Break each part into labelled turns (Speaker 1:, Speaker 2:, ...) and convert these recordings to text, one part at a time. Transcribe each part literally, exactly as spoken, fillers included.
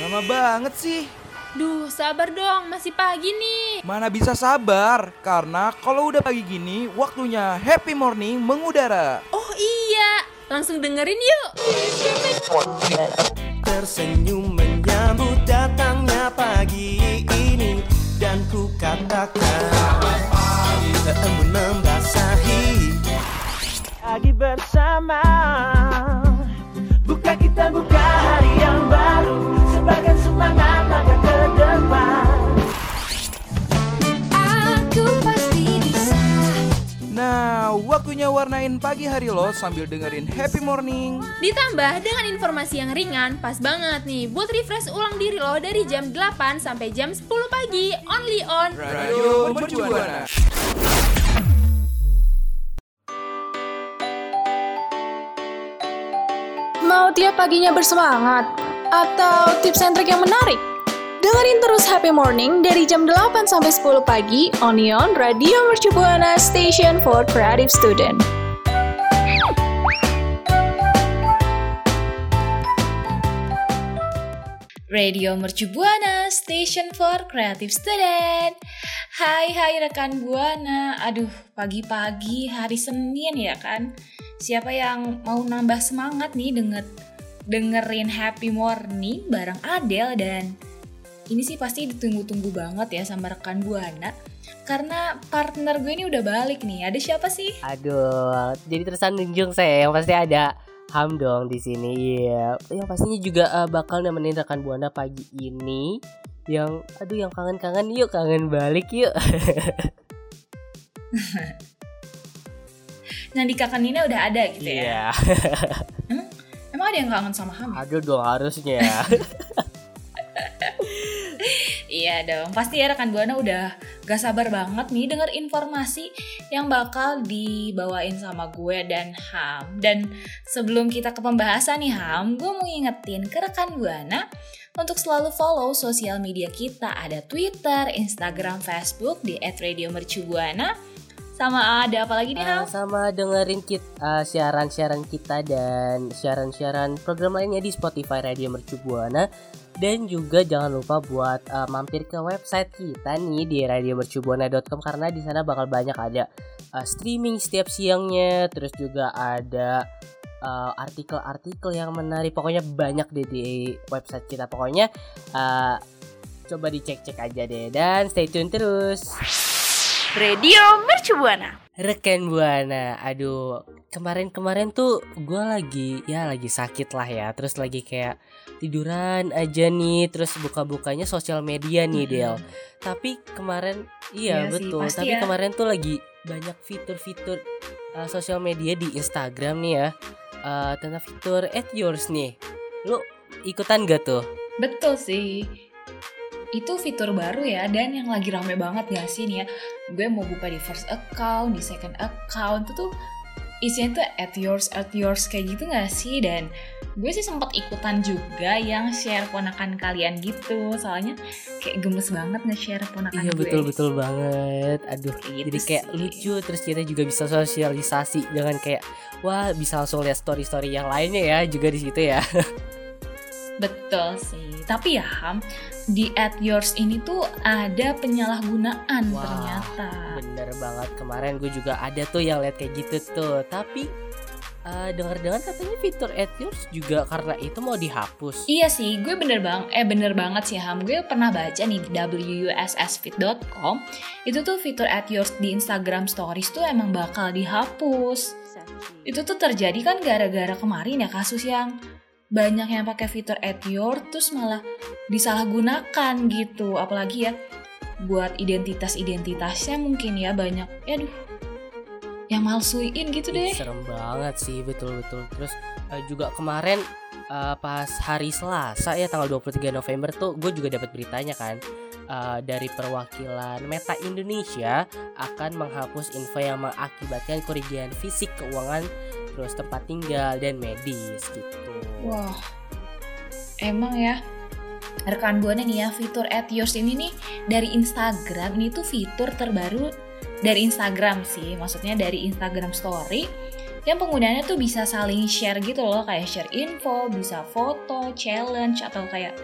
Speaker 1: Lama banget sih.
Speaker 2: Duh, sabar dong, masih pagi nih.
Speaker 1: Mana bisa sabar, karena kalau udah pagi gini, waktunya Happy Morning mengudara.
Speaker 2: Oh iya, langsung dengerin yuk.
Speaker 3: Tersenyum menyambut datangnya pagi ini, dan ku katakan selamat pagi. Embun membasahi pagi bersama. Buka kita buka hari yang baru, sebagai semangat langkah ke depan.
Speaker 2: Aku pasti bisa.
Speaker 1: Nah, waktunya warnain pagi hari lo sambil dengerin Happy Morning.
Speaker 2: Ditambah dengan informasi yang ringan, pas banget nih buat refresh ulang diri lo dari jam delapan sampai jam sepuluh pagi, only on
Speaker 1: Radio Mercubuana.
Speaker 4: Mau tiap paginya bersemangat? Atau tips and trik yang menarik? Dengerin terus Happy Morning dari jam delapan sampai sepuluh pagi, only on Radio Mercubuana Station for Creative Student.
Speaker 2: Radio Mercubuana Station for Creative Student. Hai hai rekan Buana. Aduh, pagi-pagi hari Senin ya kan. Siapa yang mau nambah semangat nih denger, dengerin Happy Morning bareng Adele. Dan ini sih pasti ditunggu-tunggu banget ya sama rekan Buana, karena partner gue ini udah balik nih. Ada siapa sih?
Speaker 5: Aduh, jadi tersanjung saya yang pasti ada Ham dong di sini. Iya, yang pastinya juga uh, bakal nemenin rekan Buana pagi ini. Yang aduh yang kangen-kangen yuk, kangen balik yuk.
Speaker 2: Nah, di kangeninnya udah ada gitu ya.
Speaker 5: Iya.
Speaker 2: Emang, emang ada yang kangen sama Ham?
Speaker 5: Aduh dong harusnya.
Speaker 2: Iya dong, pasti ya rekan Buana udah gak sabar banget nih denger informasi yang bakal dibawain sama gue dan Ham. Dan sebelum kita ke pembahasan nih Ham, gue mau ngingetin ke rekan Buana untuk selalu follow sosial media kita. Ada Twitter, Instagram, Facebook di et radio mercubuana. Sama ada apa lagi nih Ham?
Speaker 5: Uh, sama dengerin kita, uh, siaran-siaran kita dan siaran-siaran program lainnya di Spotify Radio Mercubuana. Dan juga jangan lupa buat uh, mampir ke website kita nih di radio mercubuana dot com, karena di sana bakal banyak ada uh, streaming setiap siangnya, terus juga ada uh, artikel-artikel yang menarik. Pokoknya banyak deh di website kita. Pokoknya uh, coba dicek-cek aja deh dan stay tune terus.
Speaker 2: Radio Mercubuana.
Speaker 5: Rekan Buana, aduh kemarin-kemarin tuh gue lagi ya lagi sakit lah ya, terus lagi kayak tiduran aja nih, terus buka-bukanya sosial media nih hmm. Del. Tapi kemarin iya, iya betul, sih, tapi ya. Kemarin tuh lagi banyak fitur-fitur uh, sosial media di Instagram nih ya, uh, tentang fitur at yours nih. Lu ikutan gak tuh?
Speaker 2: Betul sih. Itu fitur baru ya, dan yang lagi rame banget gak sih nih ya. Gue mau buka di first account, di second account, itu tuh isinya tuh at yours, at yours kayak gitu gak sih. Dan gue sih sempat ikutan juga yang share ponakan kalian gitu. Soalnya kayak gemes banget nge-share ponakan
Speaker 5: iya,
Speaker 2: gue. Iya
Speaker 5: betul-betul banget. Aduh,
Speaker 2: gitu
Speaker 5: jadi kayak sih lucu. Terus kita juga bisa sosialisasi, jangan kayak wah bisa langsung lihat story-story yang lainnya ya juga di situ ya.
Speaker 2: Betul sih. Tapi ya Ham, di at yours ini tuh ada penyalahgunaan. Wah, ternyata.
Speaker 5: Bener banget, kemarin gue juga ada tuh yang lihat kayak gitu tuh. Tapi uh, dengar-dengar katanya fitur at yours juga karena itu mau dihapus.
Speaker 2: Iya sih, gue bener bang, eh bener banget sih Ham. Gue pernah baca nih di w u s s fit dot com. Itu tuh fitur at yours di Instagram Stories tuh emang bakal dihapus. Itu tuh terjadi kan gara-gara kemarin ya kasus yang banyak yang pakai fitur at yours terus malah disalahgunakan gitu. Apalagi ya buat identitas-identitasnya mungkin ya banyak ya aduh yang malsuin gitu deh.
Speaker 5: Serem banget sih, betul-betul. Terus uh, juga kemarin uh, pas hari Selasa ya tanggal dua puluh tiga November tuh gue juga dapat beritanya kan, uh, dari perwakilan Meta Indonesia akan menghapus info yang mengakibatkan kerugian fisik, keuangan, terus tempat tinggal dan medis gitu.
Speaker 2: Wah, emang ya rekan Buana nih ya, fitur at yours ini nih dari Instagram. Ini tuh fitur terbaru dari Instagram sih, maksudnya dari Instagram Story yang penggunanya tuh bisa saling share gitu loh, kayak share info, bisa foto, challenge, atau kayak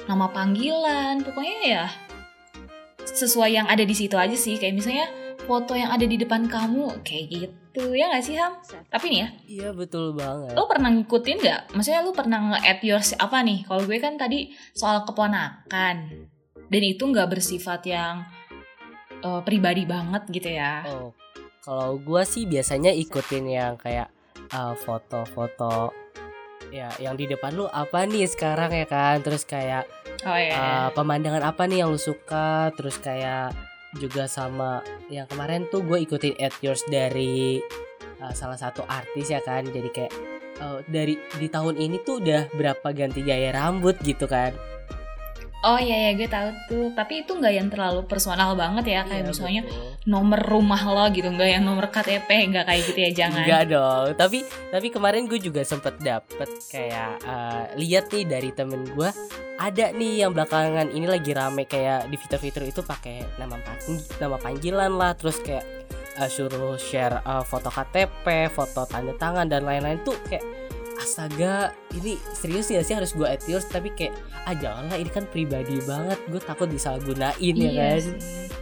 Speaker 2: nama panggilan, pokoknya ya sesuai yang ada di situ aja sih. Kayak misalnya foto yang ada di depan kamu kayak gitu, ya nggak sih Ham? Tapi nih ya,
Speaker 5: Iya betul banget.
Speaker 2: lo pernah ngikutin nggak? Maksudnya lo pernah nge-add yours apa nih? Kalau gue kan tadi soal keponakan, dan itu nggak bersifat yang uh, pribadi banget gitu ya.
Speaker 5: Oh, kalau gue sih biasanya ikutin yang kayak uh, foto-foto ya yang di depan lu apa nih sekarang ya kan, terus kayak
Speaker 2: Oh iya.
Speaker 5: uh, pemandangan apa nih yang lu suka, terus kayak juga sama yang kemarin tuh gue ikutin at yours dari uh, salah satu artis ya kan, jadi kayak uh, dari di tahun ini tuh udah berapa ganti gaya rambut gitu kan.
Speaker 2: Oh iya ya, gue tahu tuh. Tapi itu nggak yang terlalu personal banget ya, kayak
Speaker 5: Iya,
Speaker 2: misalnya
Speaker 5: betul.
Speaker 2: nomor rumah lo gitu, nggak yang nomor K T P, nggak kayak gitu ya, jangan.
Speaker 5: Enggak dong, tapi tapi kemarin gue juga sempet dapet kayak uh, lihat nih dari temen gue, ada nih yang belakangan ini lagi rame kayak di fitur-fitur itu pakai nama pang- nama panggilan lah, terus kayak uh, suruh share uh, foto K T P, foto tanda tangan dan lain-lain tuh kayak astaga, ini serius ya sih harus gue at yours, tapi kayak ah janganlah, ini kan pribadi banget, gue takut disalahgunain ya kan.
Speaker 2: sih.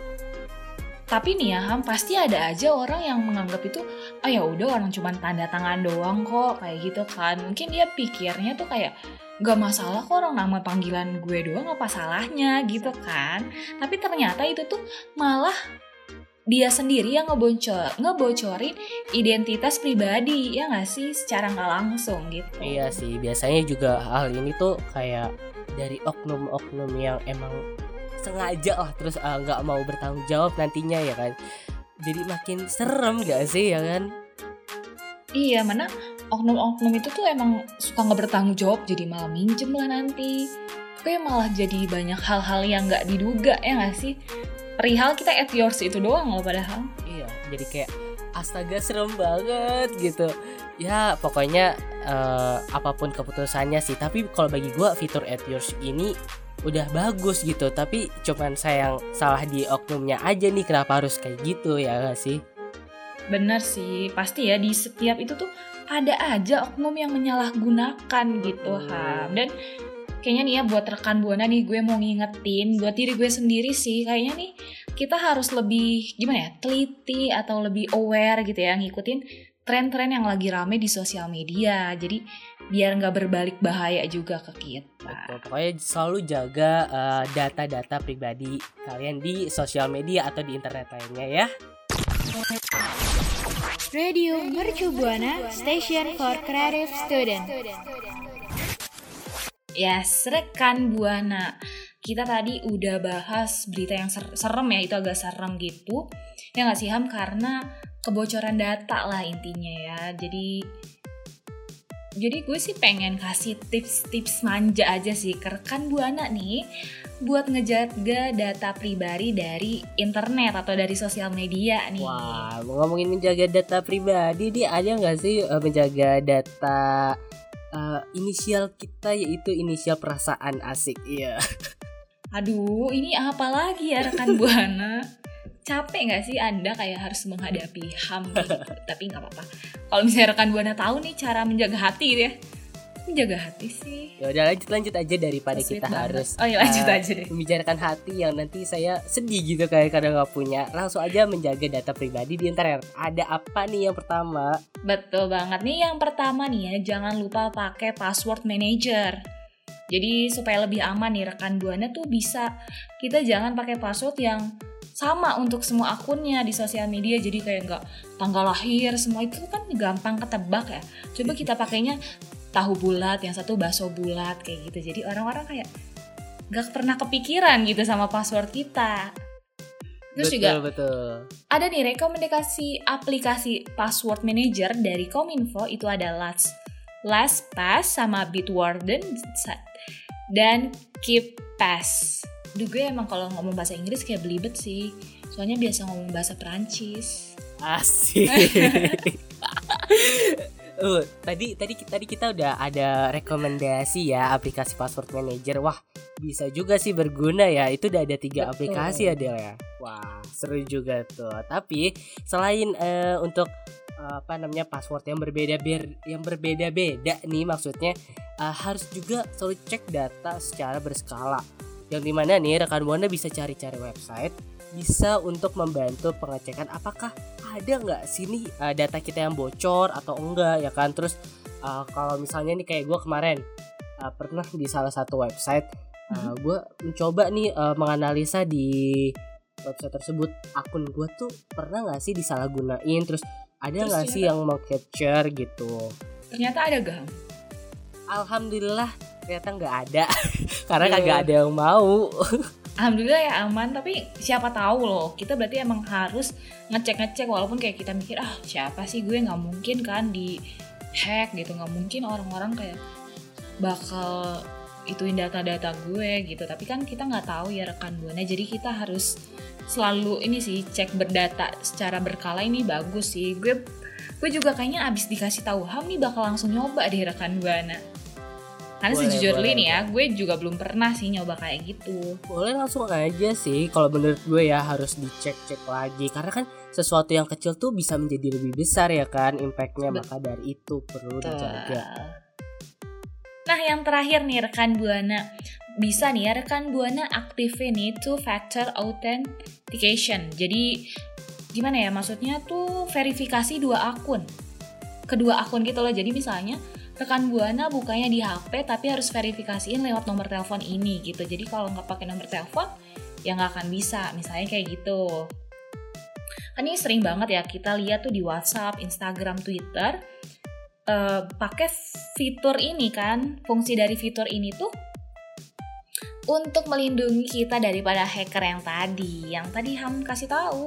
Speaker 2: Tapi nih ya Ham, pasti ada aja orang yang menganggap itu ah ya udah orang cuman tanda tangan doang kok, kayak gitu kan. Mungkin dia pikirnya tuh kayak gak masalah kok orang nama panggilan gue doang, apa salahnya gitu kan. Tapi ternyata itu tuh malah dia sendiri yang ngebocor, ngebocorin identitas pribadi, ya nggak sih, secara nggak langsung gitu.
Speaker 5: Iya sih, biasanya juga hal ini tuh kayak dari oknum-oknum yang emang sengaja lah, terus uh, nggak mau bertanggung jawab nantinya ya kan. Jadi makin serem gak sih ya kan?
Speaker 2: Iya, mana oknum-oknum itu tuh emang suka nggak bertanggung jawab, jadi malah minjem lah nanti. Kayak malah jadi banyak hal-hal yang nggak diduga, ya nggak sih? Perihal kita at yours itu doang loh padahal.
Speaker 5: Iya, jadi kayak astaga serem banget gitu. Ya pokoknya uh, apapun keputusannya sih. Tapi kalau bagi gue fitur at yours ini udah bagus gitu. Tapi cuman sayang salah di oknumnya aja nih, kenapa harus kayak gitu ya gak sih?
Speaker 2: Bener sih, pasti ya di setiap itu tuh ada aja oknum yang menyalahgunakan gitu
Speaker 5: Hmm.
Speaker 2: Ham. Dan kayaknya nih ya buat rekan Buana nih, gue mau ngingetin buat diri gue sendiri sih, kayaknya nih kita harus lebih gimana ya, teliti atau lebih aware gitu ya, ngikutin tren-tren yang lagi rame di sosial media. Jadi biar nggak berbalik bahaya juga ke kita.
Speaker 5: Betul, pokoknya selalu jaga uh, data-data pribadi kalian di sosial media atau di internet lainnya ya.
Speaker 6: Radio Mercu Buana, Station for Creative Student.
Speaker 2: Yes, rekan Buana. Kita tadi udah bahas berita yang ser- serem ya, itu agak serem gitu. Ya nggak sih Ham, karena kebocoran data lah intinya ya. Jadi jadi gue sih pengen kasih tips-tips manja aja sih ke rekan Buana nih buat ngejaga data pribadi dari internet atau dari sosial media nih.
Speaker 5: Wah, ngomongin menjaga data pribadi nih, ada nggak sih uh, menjaga data uh, inisial kita, yaitu inisial perasaan, asik. Iya.
Speaker 2: Aduh, ini apa lagi ya rekan Buana? Capek gak sih Anda kayak harus menghadapi Ham gitu? Tapi gak apa-apa. Kalau misalnya rekan Buana tahu nih cara menjaga hati gitu ya. Menjaga hati sih.
Speaker 5: Ya udah lanjut lanjut aja daripada
Speaker 2: Sweet
Speaker 5: kita
Speaker 2: banget.
Speaker 5: harus
Speaker 2: Oh iya lanjut
Speaker 5: uh,
Speaker 2: aja deh.
Speaker 5: membicarakan hati yang nanti saya sedih gitu kayak kadang nggak punya. Langsung aja menjaga data pribadi di internet. Ada apa nih yang pertama?
Speaker 2: Betul banget nih, yang pertama nih ya, jangan lupa pakai password manager. Jadi supaya lebih aman nih rekan Buana tuh bisa, kita jangan pakai password yang sama untuk semua akunnya di sosial media. Jadi kayak nggak tanggal lahir, semua itu kan gampang ketebak ya. Coba kita pakainya tahu bulat, yang satu bakso bulat kayak gitu. Jadi orang-orang kayak nggak pernah kepikiran gitu sama password kita. Terus
Speaker 5: betul,
Speaker 2: juga
Speaker 5: betul.
Speaker 2: ada nih rekomendasi aplikasi password manager dari Kominfo, itu ada Last, LastPass sama Bitwarden dan KeepPass. Duh, gue emang kalau ngomong bahasa Inggris kayak belibet sih. Soalnya biasa ngomong bahasa Perancis.
Speaker 5: Asik. uh, tadi tadi tadi kita udah ada rekomendasi ya aplikasi password manager. Wah, bisa juga sih berguna ya. Itu udah ada tiga
Speaker 2: Betul.
Speaker 5: aplikasi ya Del ya. Wah, seru juga tuh. Tapi selain uh, untuk uh, apa namanya password yang berbeda ber yang berbeda-beda nih, maksudnya uh, harus juga selalu cek data secara berskala. Yang dimana nih rekan Buana bisa cari-cari website, bisa untuk membantu pengecekan apakah ada nggak sini uh, data kita yang bocor atau enggak ya kan. Terus uh, kalau misalnya nih kayak gue kemarin uh, pernah di salah satu website, uh, gue mencoba nih uh, menganalisa di website tersebut akun gue tuh pernah nggak sih disalahgunain, terus ada nggak sih yang mau capture gitu.
Speaker 2: Ternyata ada gak?
Speaker 5: Alhamdulillah ternyata nggak ada karena kagak ada yang mau.
Speaker 2: Alhamdulillah ya aman, tapi siapa tahu loh, kita berarti emang harus ngecek-ngecek walaupun kayak kita mikir ah siapa sih, gue nggak mungkin kan di hack gitu, nggak mungkin orang-orang kayak bakal ituin data-data gue gitu. Tapi kan kita nggak tahu ya rekan Buana, jadi kita harus selalu ini sih cek berdata secara berkala. Ini bagus sih, gue gue juga kayaknya abis dikasih tahu Ham nih bakal langsung nyoba deh rekan Buana. Karena sejujurnya nih ya, gue juga belum pernah sih nyoba kayak gitu.
Speaker 5: Boleh langsung aja sih, kalau menurut gue ya harus dicek-cek lagi. Karena kan sesuatu yang kecil tuh bisa menjadi lebih besar ya kan impactnya, maka dari itu perlu dijaga.
Speaker 2: Nah yang terakhir nih rekan Buana, bisa nih ya rekan Buana aktifin nih two factor authentication. Jadi gimana ya, maksudnya tuh verifikasi dua akun, kedua akun gitu loh. Jadi misalnya rekan Buana bukanya di H P tapi harus verifikasiin lewat nomor telepon ini gitu. Jadi kalau nggak pakai nomor telepon ya nggak akan bisa, misalnya kayak gitu. Kan ini sering banget ya kita lihat tuh di WhatsApp, Instagram, Twitter uh, pakai fitur ini kan. Fungsi dari fitur ini tuh untuk melindungi kita daripada hacker yang tadi, yang tadi Ham kasih tahu.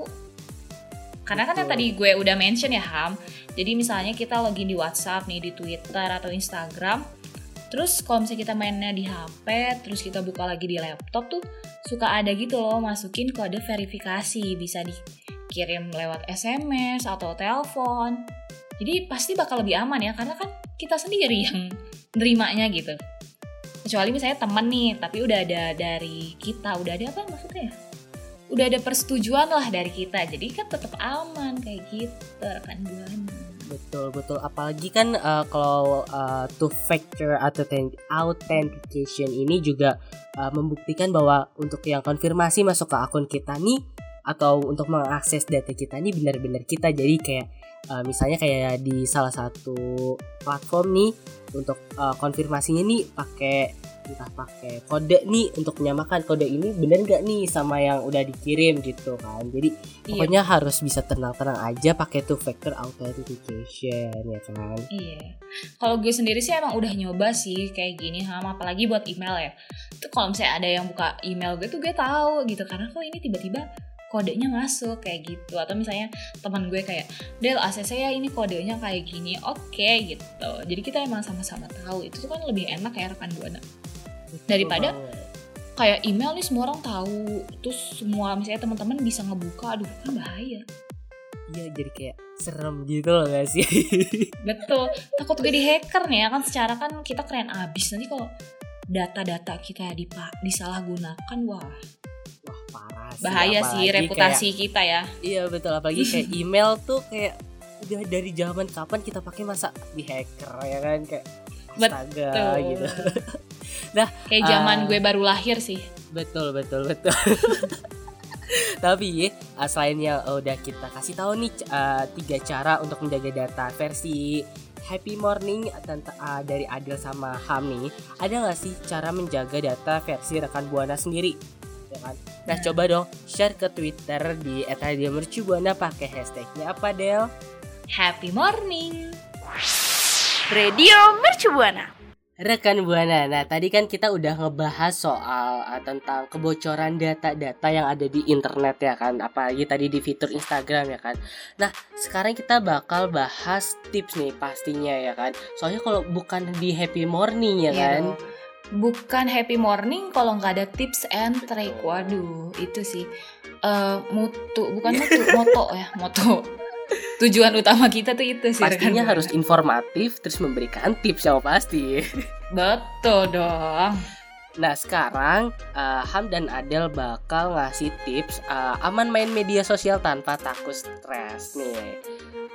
Speaker 2: Karena kan yang tadi gue udah mention ya Ham. Jadi misalnya kita login di WhatsApp nih, di Twitter atau Instagram. Terus kalau misalnya kita mainnya di H P, terus kita buka lagi di laptop tuh suka ada gitu loh masukin kode verifikasi. Bisa dikirim lewat S M S atau telepon. Jadi pasti bakal lebih aman ya, karena kan kita sendiri yang nerimanya gitu. Kecuali misalnya temen nih, tapi udah ada dari kita, udah ada apa maksudnya ya? Udah ada persetujuan lah dari kita, jadi kan tetap aman kayak gitu rekan Buana.
Speaker 5: Betul betul, apalagi kan uh, kalau uh, two factor authentication ini juga uh, membuktikan bahwa untuk yang konfirmasi masuk ke akun kita nih atau untuk mengakses data kita nih benar-benar kita. Jadi kayak uh, misalnya kayak di salah satu platform nih untuk uh, konfirmasinya nih pakai entah pakai kode nih untuk menyamakan kode ini bener nggak nih sama yang udah dikirim gitu kan. Jadi pokoknya iya, harus bisa tenang-tenang aja pakai two factor authentication ya kan.
Speaker 2: Iya. Kalau gue sendiri sih emang udah nyoba sih kayak gini Ham, apalagi buat email ya. Itu kalau misalnya ada yang buka email gue tuh gue tahu gitu, karena kok ini tiba-tiba kodenya masuk kayak gitu. Atau misalnya teman gue kayak, Del A C C ya ini kodenya kayak gini, oke okay, gitu. Jadi kita emang sama-sama tahu. Itu tuh kan lebih enak ya rekan Buana, daripada kayak email nih semua orang tahu, terus semua misalnya teman-teman bisa ngebuka, aduh kan bahaya.
Speaker 5: Iya, jadi kayak serem gitu loh gak sih?
Speaker 2: Betul, takut gue di hacker nih ya kan. Secara kan kita keren abis, nanti kalau data-data kita dipa- disalahgunakan, wah
Speaker 5: wah parah sih.
Speaker 2: Bahaya sih reputasi kayak, kita ya.
Speaker 5: Iya betul, apalagi kayak email tuh kayak udah dari zaman kapan kita pakai, masa di hacker ya kan, kayak astaga betul gitu. Nah,
Speaker 2: kayak zaman uh, gue baru lahir sih.
Speaker 5: Betul betul betul. Tapi uh, selain yang udah kita kasih tahu nih uh, tiga cara untuk menjaga data versi Happy Morning tentang uh, dari Adil sama Ham nih, ada nggak sih cara menjaga data versi rekan Buana sendiri? Ya kan? Nah, nah coba dong share ke Twitter di et radio mercubuana pakai hashtagnya apa Del?
Speaker 2: Happy Morning
Speaker 4: Radio Mercubuana.
Speaker 5: Rekan Buana, nah tadi kan kita udah ngebahas soal uh, tentang kebocoran data-data yang ada di internet ya kan, apalagi tadi di fitur Instagram ya kan. Nah sekarang kita bakal bahas tips nih pastinya ya kan, soalnya kalau bukan di Happy Morning ya kan,
Speaker 2: yeah, bukan Happy Morning kalau nggak ada tips and trick. Waduh itu sih uh, mutu, bukan mutu, moto ya, moto. Tujuan utama kita tuh itu sih.
Speaker 5: Pastinya harus informatif terus memberikan tips yang pasti.
Speaker 2: Betul dong.
Speaker 5: Nah sekarang uh, Ham dan Adel bakal ngasih tips uh, aman main media sosial tanpa takut stres nih.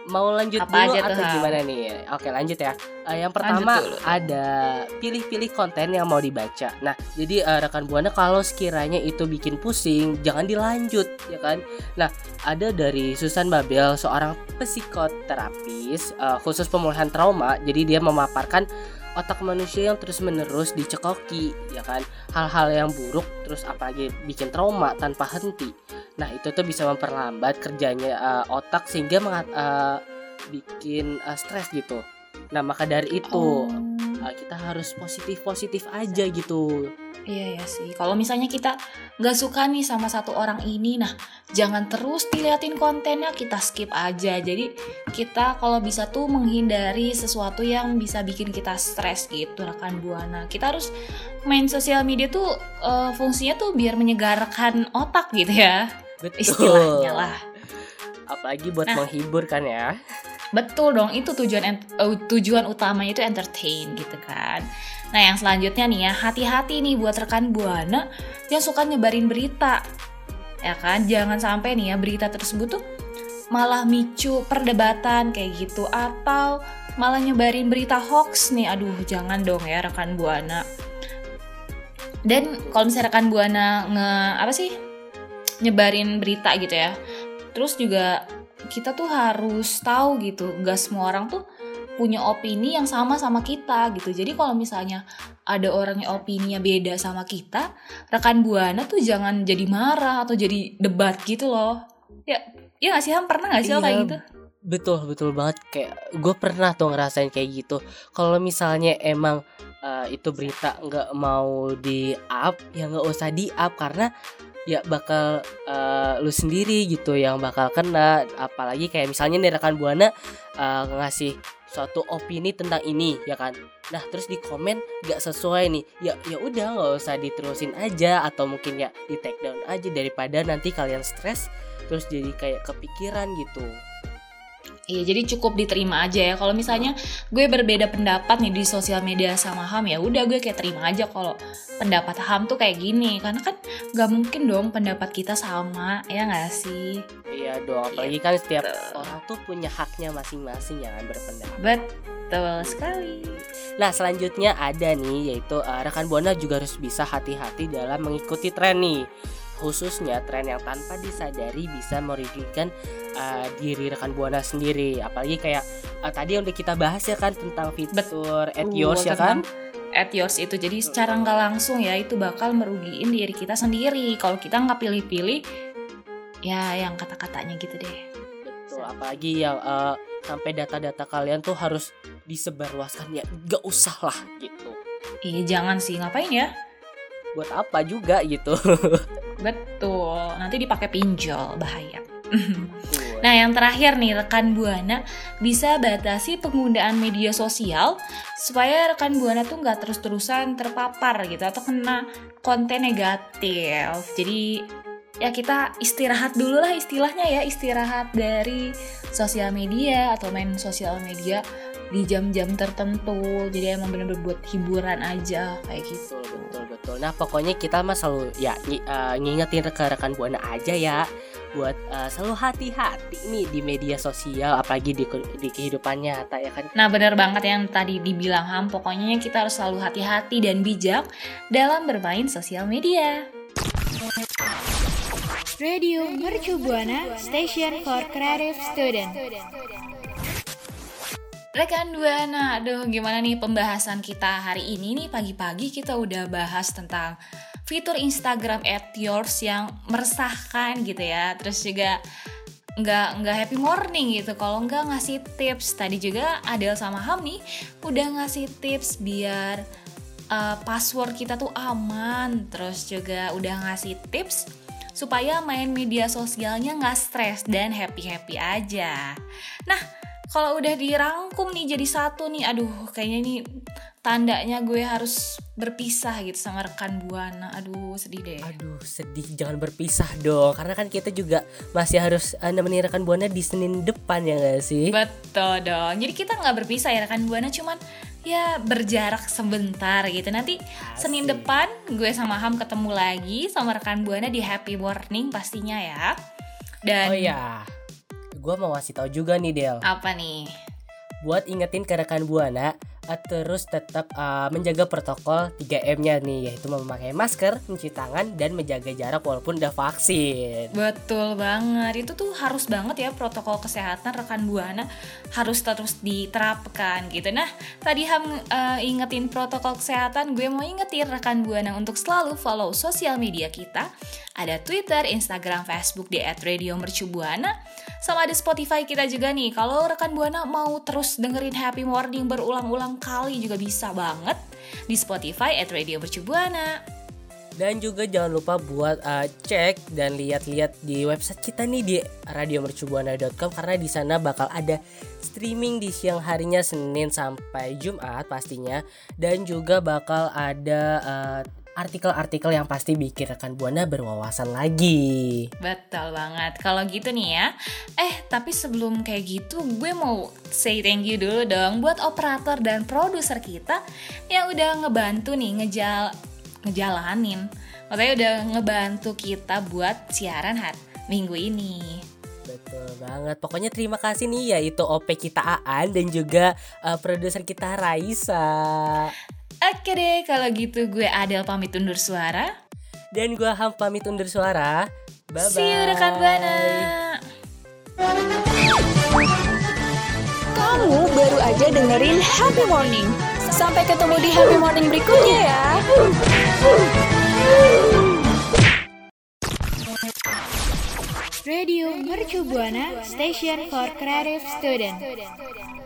Speaker 5: mau lanjut
Speaker 2: Apa
Speaker 5: dulu
Speaker 2: aja tuh,
Speaker 5: atau
Speaker 2: Ham?
Speaker 5: gimana nih? Oke lanjut ya. Uh, yang pertama
Speaker 2: dulu.
Speaker 5: ada pilih-pilih konten yang mau dibaca. Nah jadi uh, rekan Buana kalau sekiranya itu bikin pusing, jangan dilanjut ya kan. Nah ada dari Susan Babel, seorang psikoterapis uh, khusus pemulihan trauma. Jadi dia memaparkan otak manusia yang terus-menerus dicekoki ya kan, hal-hal yang buruk terus apalagi bikin trauma tanpa henti. Nah itu tuh bisa memperlambat kerjanya uh, otak sehingga mengat, uh, bikin uh, stres gitu. Nah maka dari itu
Speaker 2: Oh.
Speaker 5: uh, kita harus positif-positif aja gitu.
Speaker 2: Iya ya sih. Kalau misalnya kita nggak suka nih sama satu orang ini, nah jangan terus diliatin kontennya, kita skip aja. Jadi kita kalau bisa tuh menghindari sesuatu yang bisa bikin kita stres gitu, rekan Buana. Kita harus main sosial media tuh uh, fungsinya tuh biar menyegarkan otak gitu ya,
Speaker 5: Betul.
Speaker 2: istilahnya lah.
Speaker 5: Apalagi buat
Speaker 2: Nah.
Speaker 5: menghibur kan ya.
Speaker 2: Betul dong, itu tujuan ent- uh, tujuan utamanya itu entertain gitu kan. Nah yang selanjutnya nih ya, hati-hati nih buat rekan Buana yang suka nyebarin berita. Ya kan, jangan sampai nih ya berita tersebut tuh malah micu perdebatan kayak gitu, atau malah nyebarin berita hoax nih. Aduh jangan dong ya rekan Buana. Dan kalau misalnya rekan Buana nge apa sih nyebarin berita gitu ya, terus juga kita tuh harus tahu gitu, gak semua orang tuh punya opini yang sama sama kita gitu. Jadi kalau misalnya ada orang yang opininya beda sama kita, rekan Buana tuh jangan jadi marah atau jadi debat gitu loh. Ya, ya gak sih Ham? Pernah gak sih lo
Speaker 5: Iya,
Speaker 2: kayak gitu?
Speaker 5: Betul betul banget, kayak gue pernah tuh ngerasain kayak gitu. Kalau misalnya emang uh, itu berita nggak mau di up, ya nggak usah di up karena ya bakal uh, lu sendiri gitu yang bakal kena. Apalagi kayak misalnya nih rekan Buana uh, ngasih suatu opini tentang ini ya kan, nah terus di komen nggak sesuai nih, ya ya udah nggak usah diterusin aja, atau mungkin ya di take down aja daripada nanti kalian stres terus jadi kayak kepikiran gitu.
Speaker 2: Iya, jadi cukup diterima aja ya. Kalau misalnya gue berbeda pendapat nih di sosial media sama Ham, ya udah gue kayak terima aja kalau pendapat Ham tuh kayak gini. Karena kan gak mungkin dong pendapat kita sama, ya gak sih?
Speaker 5: Iya dong, apalagi kan setiap orang tuh punya haknya masing-masing ya kan berpendapat.
Speaker 2: Betul sekali.
Speaker 5: Nah selanjutnya ada nih, yaitu uh, rekan Buana juga harus bisa hati-hati dalam mengikuti tren nih, khususnya tren yang tanpa disadari bisa merugikan uh, diri rekan Buana sendiri. Apalagi kayak uh, tadi yang udah kita bahas ya kan tentang fitur at yours ya kan.
Speaker 2: At yours itu jadi secara nggak langsung ya itu bakal merugiin diri kita sendiri kalau kita nggak pilih-pilih ya yang kata-katanya gitu deh.
Speaker 5: Betul, apalagi yang uh, sampai data-data kalian tuh harus disebarluaskan, ya gak usah lah gitu.
Speaker 2: Iya jangan sih, ngapain ya?
Speaker 5: Buat apa juga gitu.
Speaker 2: Betul, nanti dipakai pinjol, bahaya. Nah yang terakhir nih rekan Buana, bisa batasi penggunaan media sosial supaya rekan Buana tuh nggak terus-terusan terpapar gitu atau kena konten negatif. Jadi ya kita istirahat dulu lah istilahnya ya, istirahat dari sosial media atau main sosial media di jam-jam tertentu. Jadi emang bener-bener buat hiburan aja kayak gitu.
Speaker 5: Betul, betul, betul. Nah pokoknya kita mah selalu ya ng- uh, ngingetin rekan-rekan Buana aja ya, buat uh, selalu hati-hati nih di media sosial, apalagi di, di kehidupan nyata ya kan.
Speaker 2: Nah benar banget yang tadi dibilang Ham, pokoknya kita harus selalu hati-hati dan bijak dalam bermain sosial media.
Speaker 6: Radio Mercu Buana Station for Creative Student.
Speaker 2: Rekan Buana, aduh gimana nih pembahasan kita hari ini nih, pagi-pagi kita udah bahas tentang fitur Instagram at yours yang meresahkan gitu ya. Terus juga nggak nggak happy morning gitu kalau nggak ngasih tips. Tadi juga Adel sama Ham nih udah ngasih tips biar uh, password kita tuh aman. Terus juga udah ngasih tips supaya main media sosialnya nggak stres dan happy-happy aja. Nah kalau udah dirangkum nih jadi satu nih, aduh kayaknya ini tandanya gue harus berpisah gitu sama rekan Buana. Aduh sedih deh.
Speaker 5: Aduh sedih, jangan berpisah dong, karena kan kita juga masih harus uh, nemenin rekan Buana di Senin depan ya gak sih?
Speaker 2: Betul dong, jadi kita gak berpisah ya rekan Buana, cuman ya berjarak sebentar gitu. Nanti
Speaker 5: Asik.
Speaker 2: Senin depan gue sama Ham ketemu lagi sama rekan Buana di Happy Morning pastinya ya. Dan
Speaker 5: Oh iya, gue gue mau kasih tahu juga nih Del.
Speaker 2: Apa nih?
Speaker 5: Buat ingetin ke rekan Buana, uh, terus tetap uh, menjaga protokol tiga M-nya nih, yaitu memakai masker, mencuci tangan, dan menjaga jarak walaupun udah vaksin.
Speaker 2: Betul banget, itu tuh harus banget ya protokol kesehatan rekan Buana harus terus diterapkan gitu. Nah, tadi Ham uh, ingetin protokol kesehatan, gue mau ingetin rekan Buana untuk selalu follow sosial media kita. Ada Twitter, Instagram, Facebook di at radio mercubuana. Sama ada Spotify kita juga nih. Kalau rekan Buana mau terus dengerin Happy Morning berulang-ulang kali juga bisa banget di Spotify at radio mercubuana.
Speaker 5: Dan juga jangan lupa buat uh, cek dan lihat-lihat di website kita nih di radio mercubuana dot com, karena di sana bakal ada streaming di siang harinya Senin sampai Jumat pastinya, dan juga bakal ada uh, artikel-artikel yang pasti bikin rekan Buana berwawasan lagi.
Speaker 2: Betul banget. Kalau gitu nih ya. Eh, tapi sebelum kayak gitu, gue mau say thank you dulu dong buat operator dan produser kita yang udah ngebantu nih ngejal ngejalanin. Maksudnya udah ngebantu kita buat siaran hari minggu ini.
Speaker 5: Betul banget. Pokoknya terima kasih nih, yaitu O P kita Aan dan juga uh, produser kita Raisa.
Speaker 2: Oke deh, kalau gitu gue Adel pamit undur suara.
Speaker 5: Dan gue Ham pamit undur suara. Bye-bye.
Speaker 2: See you rekan Buana.
Speaker 4: Kamu baru aja dengerin Happy Morning. Sampai ketemu di Happy Morning berikutnya ya.
Speaker 6: Radio Mercu Buana Station for Creative Student.